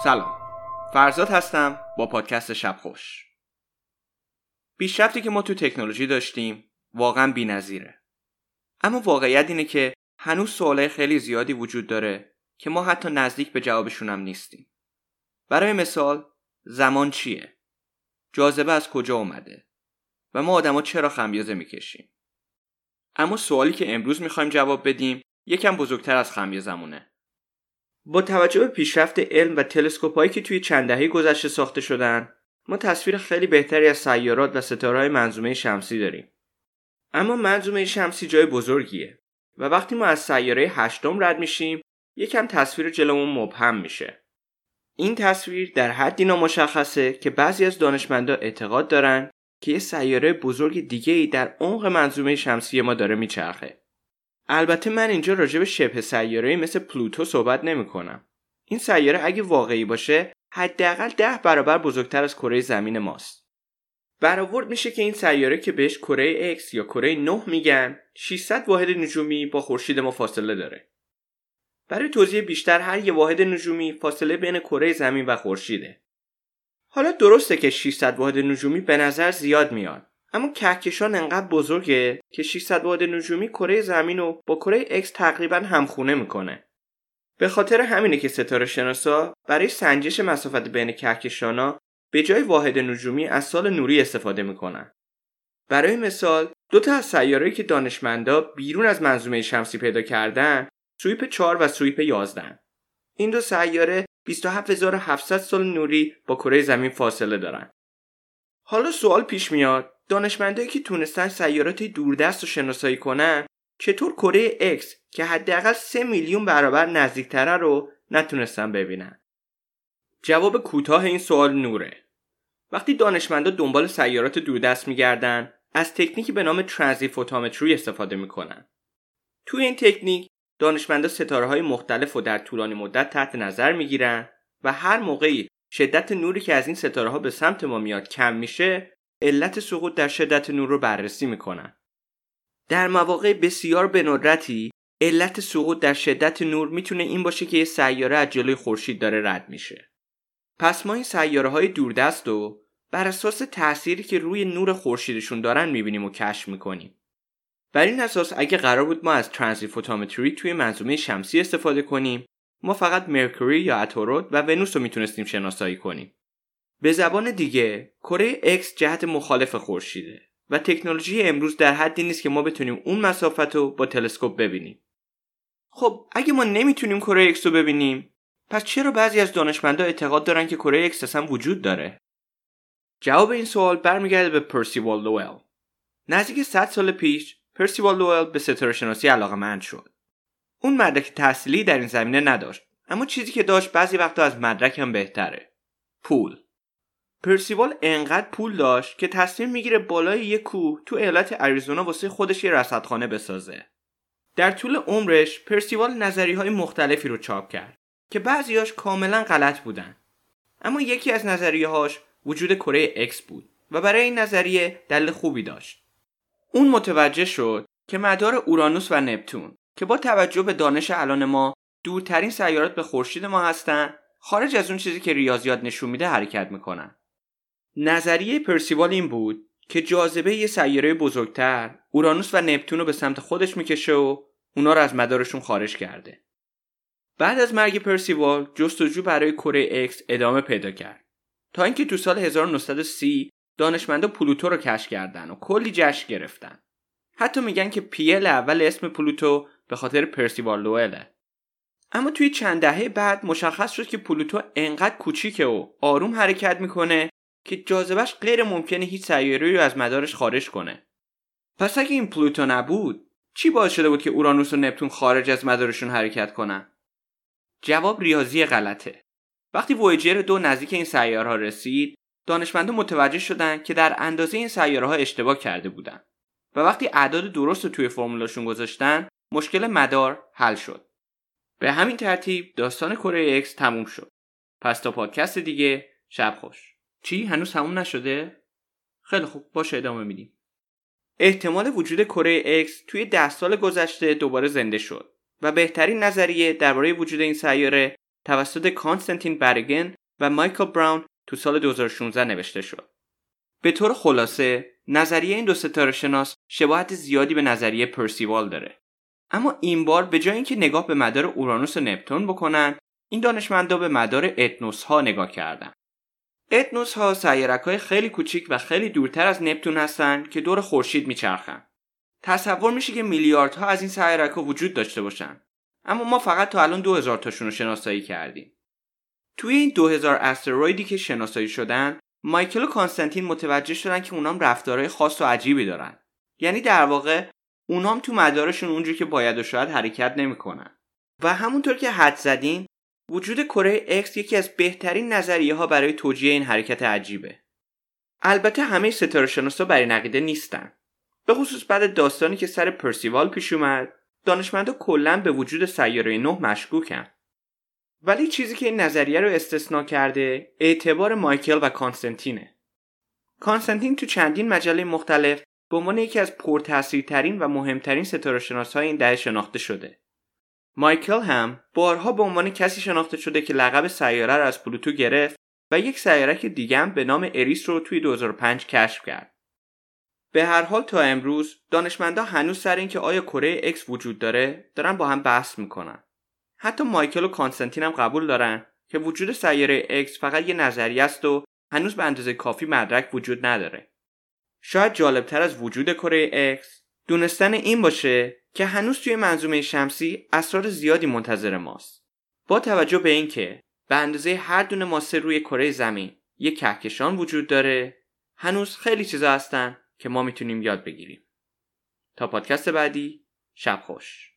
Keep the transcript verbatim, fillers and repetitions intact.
سلام، فرزاد هستم با پادکست شب خوش. پیشرفتی که ما تو تکنولوژی داشتیم واقعا بی‌نظیره. اما واقعیت اینه که هنوز سوالای خیلی زیادی وجود داره که ما حتی نزدیک به جوابشون هم نیستیم. برای مثال، زمان چیه؟ جاذبه از کجا اومده؟ و ما آدما چرا خمیازه میکشیم؟ اما سوالی که امروز میخوایم جواب بدیم یکم بزرگتر از خمیازمونه. با توجه به پیشرفت علم و تلسکوپایی که توی چند دهه گذشته ساخته شدن، ما تصویر خیلی بهتری از سیارات و ستاره‌های منظومه شمسی داریم. اما منظومه شمسی جای بزرگیه و وقتی ما از سیاره هشتم رد میشیم، یکم تصویر جلومون مبهم میشه. این تصویر در حدی نامشخصه که بعضی از دانشمندا اعتقاد دارن که یه سیاره بزرگ دیگه‌ای در عمق منظومه شمسی ما داره میچرخه. البته من اینجا راجع به شبه سیاره‌ای مثل پلوتو صحبت نمی‌کنم. این سیاره اگه واقعی باشه، حداقل ده برابر بزرگتر از کره زمین ماست. برآورد میشه که این سیاره که بهش کره اکس یا کره نه میگن، ششصد واحد نجومی با خورشید ما فاصله داره. برای توضیح بیشتر، هر یه واحد نجومی فاصله بین کره زمین و خورشیده. حالا درسته که ششصد واحد نجومی به نظر زیاد میاد، اما کهکشان انقدر بزرگه که ششصد واحد نجومی کره زمین رو با کره اکس تقریبا همخونه میکنه. به خاطر همینه که ستاره شناسا برای سنجش مسافت بین کهکشانا به جای واحد نجومی از سال نوری استفاده میکنن. برای مثال، دو تا از سیاره‌ای که دانشمندا بیرون از منظومه شمسی پیدا کردن، سویپ چهار و سویپ یازده. این دو سیاره بیست و هفت هزار و هفتصد سال نوری با کره زمین فاصله دارن. حالا سوال پیش میاد، دانشمندایی که تونستن سیارات دوردست رو شناسایی کنن، چطور کره اکس که حداقل سه میلیون برابر نزدیکتره رو نتونستن ببینن؟ جواب کوتاه این سوال نوره. وقتی دانشمندا دنبال سیارات دوردست میگردن، از تکنیکی به نام ترانزیت فوتومتری استفاده میکنن. توی این تکنیک دانشمندا ستاره‌های مختلف رو در طولانی مدت تحت نظر میگیرن و هر موقعی شدت نوری که از این ستاره‌ها به سمت ما میاد کم میشه، علت سقوط در شدت نور رو بررسی میکنن. در مواقع بسیار به ندرتی علت سقوط در شدت نور میتونه این باشه که یه سیاره از جلوی خورشید داره رد میشه. پس ما این سیاره‌های دوردست رو بر اساس تأثیری که روی نور خورشیدشون دارن میبینیم و کشف میکنیم. بر این اساس اگه قرار بود ما از ترانزیت فوتومتری توی منظومه شمسی استفاده کنیم، ما فقط مرکوری یا عطارد و ونوس رو میتونستیم شناسایی کنیم. به زبان دیگه، کره اکس جهت مخالف خورشیده و تکنولوژی امروز در حدی نیست که ما بتونیم اون مسافت رو با تلسکوپ ببینیم. خب اگه ما نمیتونیم کره اکس رو ببینیم، پس چرا بعضی از دانشمندا اعتقاد دارن که کره اکس اصلا وجود داره؟ جواب این سوال برمیگرده به پرسیوال لوئل. نزدیک صد سال پیش پرسیوال لوئل به ستاره شناسی علاقه‌مند شد. اون مدرک تحصیلی در این زمینه نداشت، اما چیزی که داشت بعضی وقتا از مدرک هم بهتره. پول. پرسیوال انقدر پول داشت که تصمیم میگیره بالای یک کوه تو ایالت اریزونا واسه خودش یه رصدخانه بسازه. در طول عمرش پرسیوال نظریه‌های مختلفی رو چاپ کرد که بعضیاش کاملا غلط بودن. اما یکی از نظریه‌هاش وجود کره اکس بود و برای این نظریه دلیل خوبی داشت. اون متوجه شد که مدار اورانوس و نپتون که با توجه به دانش الان ما دورترین سیارات به خورشید ما هستن، خارج از اون چیزی که ریاضیات نشون میده حرکت میکنن. نظریه پرسیوال این بود که جاذبه یه سیاره بزرگتر اورانوس و نپتون رو به سمت خودش میکشه و اونا رو از مدارشون خارج کرده. بعد از مرگ پرسیوال جستجو برای کره اکس ادامه پیدا کرد تا اینکه تو سال هزار و نهصد و سی دانشمندا پلوتو رو کشف کردن و کلی جشن گرفتن. حتی میگن که پیل اول اسم پلوتو به خاطر پرسیوال لوئله. اما توی چند دهه بعد مشخص شد که پلوتو انقدر کوچیکه و آروم حرکت میکنه که جاذبهش غیر ممکنه هیچ سیاره‌ای رو از مدارش خارج کنه. پس اگه این پلوتو نبود، چی باعث شده بود که اورانوس و نپتون خارج از مدارشون حرکت کنن؟ جواب ریاضی غلطه. وقتی وویجر دو نزدیک این سیاره‌ها رسید، دانشمندان متوجه شدن که در اندازه این سیاره‌ها اشتباه کرده بودن و وقتی اعداد درست رو توی فرمولاشون گذاشتن، مشکل مدار حل شد. به همین ترتیب داستان کره اکس تموم شد. پس تا پادکست دیگه، شب خوش. چی؟ هنوز تموم نشده؟ خیلی خوب، باشه ادامه میدیم. احتمال وجود کره اکس توی ده سال گذشته دوباره زنده شد و بهترین نظریه درباره وجود این سیاره توسط کانستانتین برگن و مایکل براون تو سال دو هزار و شانزده نوشته شد. به طور خلاصه نظریه این دو ستاره شناس شباهت زیادی به نظریه پرسیوال داره. اما این بار به جای اینکه نگاه به مدار اورانوس و نپتون بکنن، این دانشمندا به مدار اتنوس ها نگاه کردن. اتنوس ها سیارک‌های خیلی کوچیک و خیلی دورتر از نپتون هستن که دور خورشید میچرخن. تصور میشه که میلیاردها از این سیارک‌ها وجود داشته باشن. اما ما فقط تا الان دو هزار تاشون رو شناسایی کردیم. توی این دو هزار استرویدی که شناسایی شدن، مایکل و کانستانتین متوجه شدن که اونام رفتارهای خاص و عجیبی دارن. یعنی در واقع اونام تو مدارشون اونجوری که باید و شاید حرکت نمی‌کنن. و همونطور که حد زدین، وجود کره اکس یکی از بهترین نظریه‌ها برای توجیه این حرکت عجیبه. البته همه ستاره‌شناسا بر این عقیده نیستن. به خصوص بعد داستانی که سر پرسیوال پیش اومد، دانشمندا کلاً به وجود سیاره نه مشکوکن. ولی چیزی که این نظریه رو استثناء کرده، اعتبار مایکل و کانستانتینه. کانستانتین تو چندین مجله مختلف به عنوان یکی از پرتأثیرترین و مهمترین ستاره‌شناس‌های این دهه شناخته شده. مایکل هم بارها به عنوان کسی شناخته شده که لقب سیاره رو از پلوتو گرفت و یک سیارک دیگه هم به نام اریس رو توی دو هزار و پنج کشف کرد. به هر حال تا امروز دانشمندا هنوز سر این که آیا کره اکس وجود داره دارن با هم بحث میکنن. حتی مایکل و کانستانتین هم قبول دارن که وجود سیاره اکس فقط یه نظریه است و هنوز به اندازه کافی مدرک وجود نداره. شاید جالبتر از وجود کره اکس دونستن این باشه که هنوز توی منظومه شمسی اسرار زیادی منتظر ماست. با توجه به این که به اندازه هر دونه ماسه روی کره زمین یک کهکشان وجود داره، هنوز خیلی چیزا هستن که ما میتونیم یاد بگیریم. تا پادکست بعدی، شب خوش.